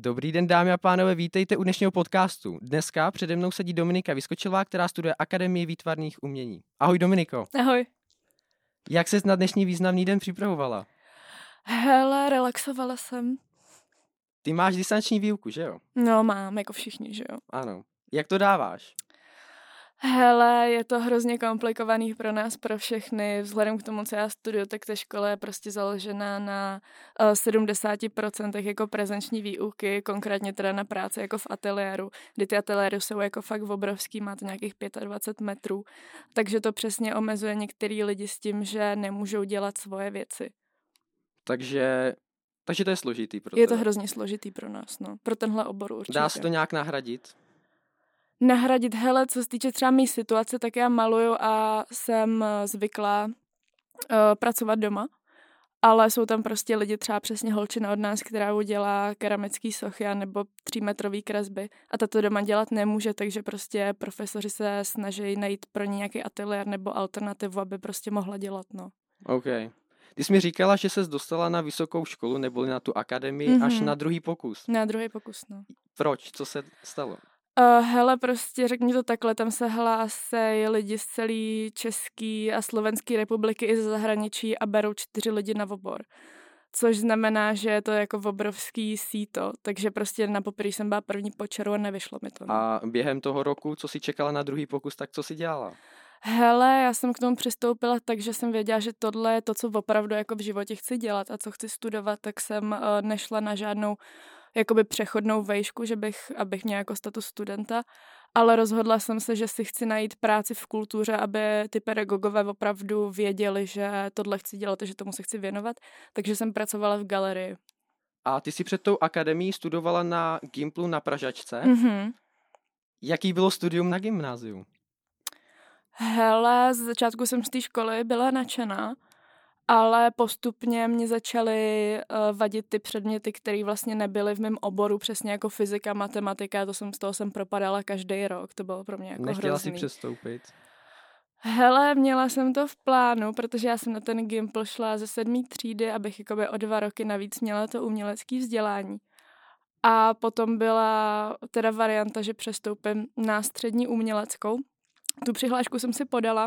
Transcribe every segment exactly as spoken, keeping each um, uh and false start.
Dobrý den, dámy a pánové, vítejte u dnešního podcastu. Dneska přede mnou sedí Dominika Vyskočilová, která studuje Akademii výtvarných umění. Ahoj Dominiko. Ahoj. Jak ses na dnešní významný den připravovala? Hele, relaxovala jsem. Ty máš distanční výuku, že jo? No mám, jako všichni, že jo? Ano. Jak to dáváš? Hele, je to hrozně komplikovaný pro nás, pro všechny. Vzhledem k tomu, co já studuju, tak ta škola je prostě založená na uh, sedmdesát procent jako prezenční výuky, konkrétně teda na práci jako v ateliéru, kdy ty ateliéry jsou jako fakt obrovský, má to nějakých dvacet pět metrů, takže to přesně omezuje některý lidi s tím, že nemůžou dělat svoje věci. Takže, takže to je složitý pro Je tebe. to hrozně složitý pro nás, no. Pro tenhle obor určitě. Dá se to nějak nahradit? Nahradit, hele, co se týče třeba mý situace, tak já maluju a jsem zvyklá uh, pracovat doma, ale jsou tam prostě lidi, třeba přesně holčina od nás, která udělá keramický sochy nebo třímetrový kresby a tato doma dělat nemůže, takže prostě profesoři se snaží najít pro ní nějaký ateliér nebo alternativu, aby prostě mohla dělat, no. OK. Ty jsi mi říkala, že ses dostala na vysokou školu nebo na tu akademii mm-hmm. až na druhý pokus. Na druhý pokus, no. Proč? Co se stalo? Uh, hele, prostě řekni to takhle, tam se hlásej lidi z celé České a Slovenské republiky i ze zahraničí a berou čtyři lidi na obor. Což znamená, že je to jako obrovský síto, takže prostě na poprvé jsem byla první po čaru a nevyšlo mi to. A během toho roku, co jsi čekala na druhý pokus, tak co jsi dělala? Hele, já jsem k tomu přistoupila tak, že jsem věděla, že tohle je to, co opravdu jako v životě chci dělat a co chci studovat, tak jsem uh, nešla na žádnou jakoby přechodnou vejšku, že bych, abych měla jako status studenta, ale rozhodla jsem se, že si chci najít práci v kultuře, aby ty pedagogové opravdu věděli, že tohle chci dělat a že tomu se chci věnovat, takže jsem pracovala v galerii. A ty jsi před tou akademií studovala na Gimplu na Pražačce. Mm-hmm. Jaký bylo studium na gymnáziu? Hele, z začátku jsem z té školy byla nadšená, ale postupně mě začaly uh, vadit ty předměty, které vlastně nebyly v mém oboru, přesně jako fyzika, matematika, to jsem z toho jsem propadala každý rok, to bylo pro mě jako Nechtěla hrozný. si přestoupit? Hele, měla jsem to v plánu, protože já jsem na ten Gimpl šla ze sedmý třídy, abych jakoby o dva roky navíc měla to umělecké vzdělání. A potom byla teda varianta, že přestoupím na střední uměleckou. Tu přihlášku jsem si podala,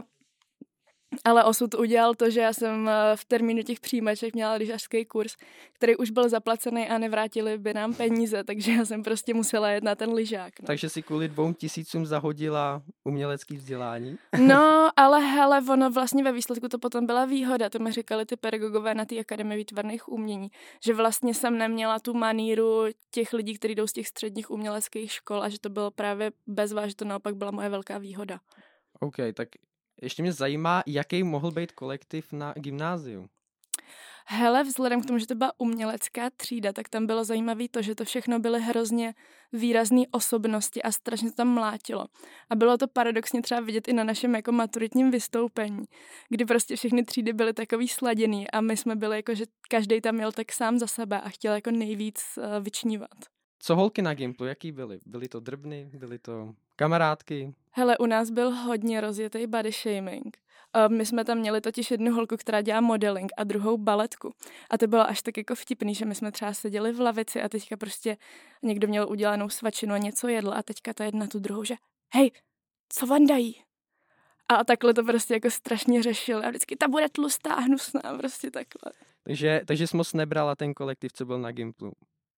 ale osud udělal to, že já jsem v termínu těch přijímaček měla lyžařský kurz, který už byl zaplacený a nevrátili by nám peníze, takže já jsem prostě musela jet na ten lyžák. No. Takže si kvůli dvou tisícům zahodila umělecký vzdělání? No, ale hele, ono vlastně ve výsledku to potom byla výhoda, to mi říkali ty pedagogové na té Akademii výtvarných umění, že vlastně jsem neměla tu maníru těch lidí, kteří jdou z těch středních uměleckých škol a že to bylo právě bezva, že to naopak byla moje velká výhoda. OK, tak ještě mě zajímá, jaký mohl být kolektiv na gymnáziu. Hele, vzhledem k tomu, že to byla umělecká třída, tak tam bylo zajímavé to, že to všechno byly hrozně výrazné osobnosti a strašně to tam mlátilo. A bylo to paradoxně třeba vidět i na našem jako maturitním vystoupení, kdy prostě všechny třídy byly takový sladěný a my jsme byli jako, že každej tam měl tak sám za sebe a chtěl jako nejvíc uh, vyčnívat. Co holky na Gimplu, jaký byly? Byly to drbny, byly to kamarádky? Hele, u nás byl hodně rozjetý body shaming. My jsme tam měli totiž jednu holku, která dělá modeling a druhou baletku. A to bylo až tak jako vtipný, že my jsme třeba seděli v lavici a teďka prostě někdo měl udělanou svačinu a něco jedl a teďka ta jedna tu druhou, že hej, co vám dají? A takhle to prostě jako strašně řešili a vždycky ta bude tlustá a hnusná, prostě takhle. Takže, takže jsi moc nebrala ten kolektiv, co byl na Gimplu?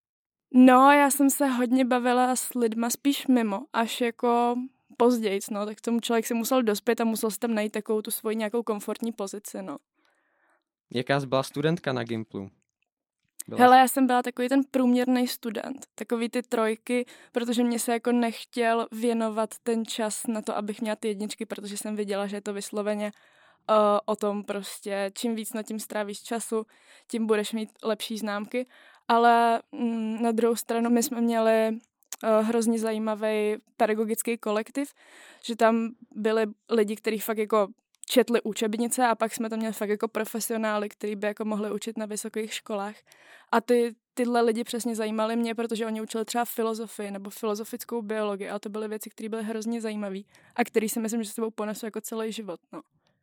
No, já jsem se hodně bavila s lidma spíš mimo, až jako později, no, tak tomu člověk si musel dospět a musel si tam najít takovou tu svoji nějakou komfortní pozici, no. Jaká jsi byla studentka na Gimplu? Byla Hele, já jsem byla takový ten průměrný student, takový ty trojky, protože mě se jako nechtěl věnovat ten čas na to, abych měla ty jedničky, protože jsem viděla, že je to vysloveně uh, o tom prostě, čím víc nad tím strávíš času, tím budeš mít lepší známky, ale mm, na druhou stranu my jsme měli uh, hrozně zajímavý pedagogický kolektiv, že tam byli lidi, kteří fakt jako četli učebnice a pak jsme tam měli fakt jako profesionály, kteří by jako mohli učit na vysokých školách. A ty, tyhle lidi přesně zajímali mě, protože oni učili třeba filozofii nebo filozofickou biologii a to byly věci, které byly hrozně zajímavé a které si myslím, že s sebou ponesu jako celý život. No.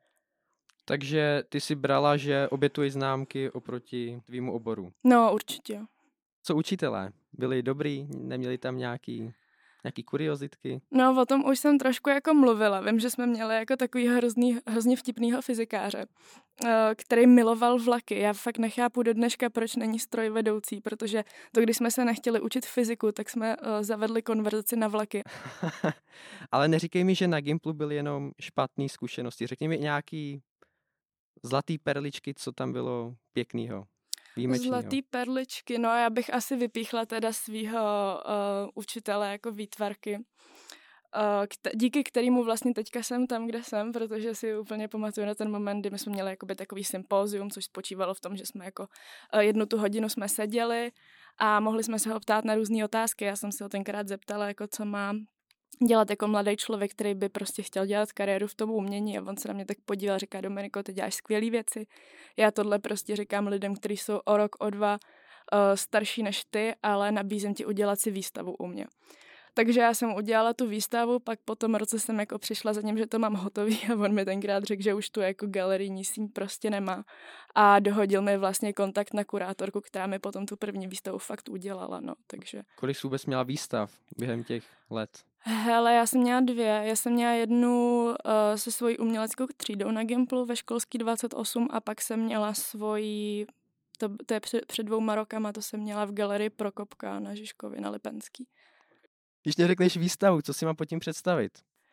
Takže ty si brala, že obětuješ známky oproti tvýmu oboru. No, určitě. Co učitelé? Byli dobrý? Neměli tam nějaký, nějaký kuriozitky? No, o tom už jsem trošku jako mluvila. Vím, že jsme měli jako takový hrozný, hrozně vtipnýho fyzikáře, který miloval vlaky. Já fakt nechápu do dneška, proč není strojvedoucí, protože to, když jsme se nechtěli učit fyziku, tak jsme zavedli konverzaci na vlaky. Ale neříkej mi, že na Gimplu byly jenom špatné zkušenosti. Řekni mi nějaký zlatý perličky, co tam bylo pěknýho, výjimečnýho. Zlatý perličky, no já bych asi vypíchla teda svýho uh, učitele jako výtvarky, uh, kte- díky kterému vlastně teďka jsem tam, kde jsem, protože si úplně pamatuju na ten moment, kdy my jsme měli jakoby takový sympózium, což spočívalo v tom, že jsme jako uh, jednu tu hodinu jsme seděli a mohli jsme se ho ptát na různé otázky. Já jsem se ho tenkrát zeptala, jako co mám dělat jako mladý člověk, který by prostě chtěl dělat kariéru v tom umění, a on se na mě tak podíval, říká: Dominiko, ty děláš skvělé věci. Já tohle prostě říkám lidem, kteří jsou o rok, o dva uh, starší než ty, ale nabízím ti udělat si výstavu u mě. Takže já jsem udělala tu výstavu, pak po tom roce jsem jako přišla za ním, že to mám hotový, a on mi tenkrát řekl, že už tu jako galerijní síň prostě nemá, a dohodil mi vlastně kontakt na kurátorku, která mi potom tu první výstavu fakt udělala, no, takže. Kolik jsi vůbec měla výstav během těch let? Hele, já jsem měla dvě. Já jsem měla jednu uh, se svojí uměleckou třídou na Gimplu ve školský dvacet osm, a pak jsem měla svoji, to, to je před, před dvouma rokama, to jsem měla v galerii Prokopka na Žižkově na Lipenský. Když neřekneš výstavu, co si mám pod tím představit?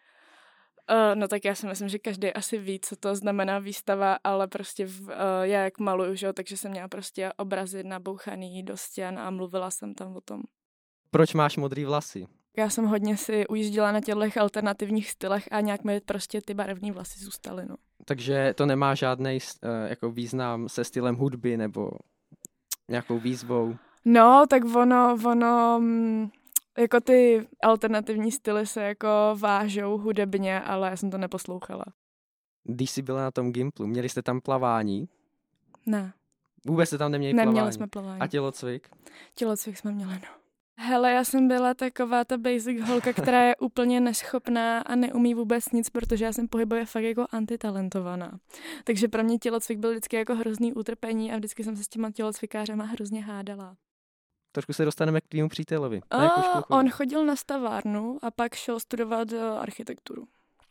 Uh, no tak já si myslím, že každý asi ví, co to znamená výstava, ale prostě v, uh, já jak maluju, že jo, takže jsem měla prostě obrazy nabouchaný do stěn a mluvila jsem tam o tom. Proč máš modrý vlasy? Já jsem hodně si ujížděla na těchto alternativních stylech a nějak mi prostě ty barevné vlasy zůstaly, no. Takže to nemá žádný uh, jako význam se stylem hudby nebo nějakou výzvou? No, tak ono, ono, jako ty alternativní styly se jako vážou hudebně, ale já jsem to neposlouchala. Když jsi byla na tom Gimplu, měli jste tam plavání? Ne. Vůbec jste tam neměli Neměli plavání? jsme plavání. A tělocvik? Tělocvik jsme měli, no. Hele, já jsem byla taková ta basic holka, která je úplně neschopná a neumí vůbec nic, protože já jsem pohybově fakt jako antitalentovaná. Takže pro mě tělocvik byl vždycky jako hrozný utrpení a vždycky jsem se s těma tělocvikářema hrozně hádala. Trošku se dostaneme k tvýmu přítelovi. A on chodil na stavárnu a pak šel studovat architekturu.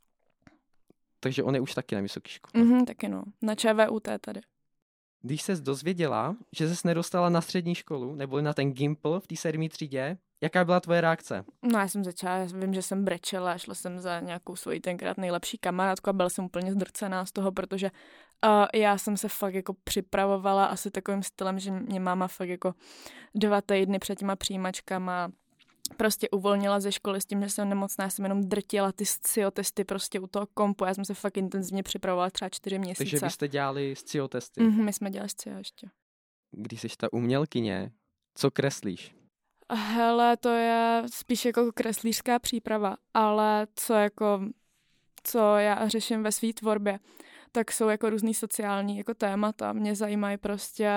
Takže on je už taky na vysoké škole. Mhm, taky no. Na ČVUT tady. Když ses dozvěděla, že ses nedostala na střední školu, nebo na ten Gimpl v té sedmé třídě, jaká byla tvoje reakce? No já jsem začala, já vím, že jsem brečela, šla jsem za nějakou svoji tenkrát nejlepší kamarádku a byla jsem úplně zdrcená z toho, protože uh, já jsem se fakt jako připravovala asi takovým stylem, že mě máma fakt jako dva týdny před těma přijímačkama prostě uvolnila ze školy s tím, že jsem nemocná, já jsem jenom drtila ty scio testy prostě u toho kompu, já jsem se fakt intenzivně připravovala třeba čtyři měsíce. Takže vy jste dělali scio testy? Mm-hmm, my jsme dělali scio ještě. Když jsi ta umělkyně, co kreslíš? Hele, to je spíš jako kreslířská příprava, ale co jako, co já řeším ve své tvorbě, tak jsou jako různý sociální jako témata. Mě zajímají prostě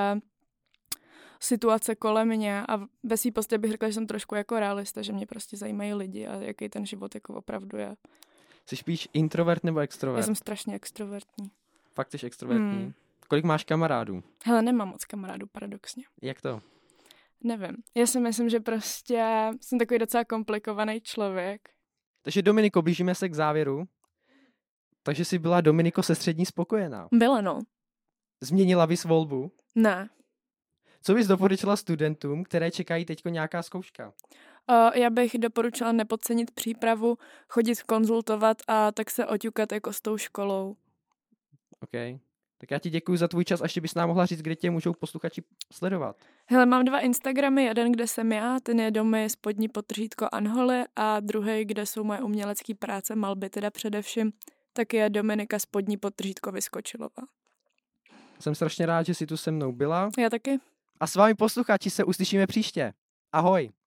situace kolem mě a ve svý podstatě bych řekla, že jsem trošku jako realista, že mě prostě zajímají lidi a jaký ten život jako opravdu je. Jsi spíš introvert nebo extrovert? Já jsem strašně extrovertní. Fakt jsi extrovertní? Hmm. Kolik máš kamarádů? Hele, nemám moc kamarádů, paradoxně. Jak to? Nevím. Já si myslím, že prostě jsem takový docela komplikovaný člověk. Takže Dominiko, blížíme se k závěru. Takže jsi byla, Dominiko, se střední spokojená? Byla, no. Změnila bys volbu? Ne. Co bys doporučila studentům, které čekají teďko nějaká zkouška? Uh, já bych doporučila nepodcenit přípravu, chodit konzultovat a tak se oťukat jako s tou školou. OK. Tak já ti děkuji za tvůj čas a ještě bys nám mohla říct, kde tě můžou posluchači sledovat. Hele, mám dva Instagramy, jeden, kde jsem já, ten je domy spodní podtržítko Anholy a druhý, kde jsou moje umělecké práce, malby teda především, tak je Dominika spodní podtržítko Vyskočilová. Jsem strašně rád, že jsi tu se mnou byla. Já taky. A s vámi posluchači se uslyšíme příště. Ahoj.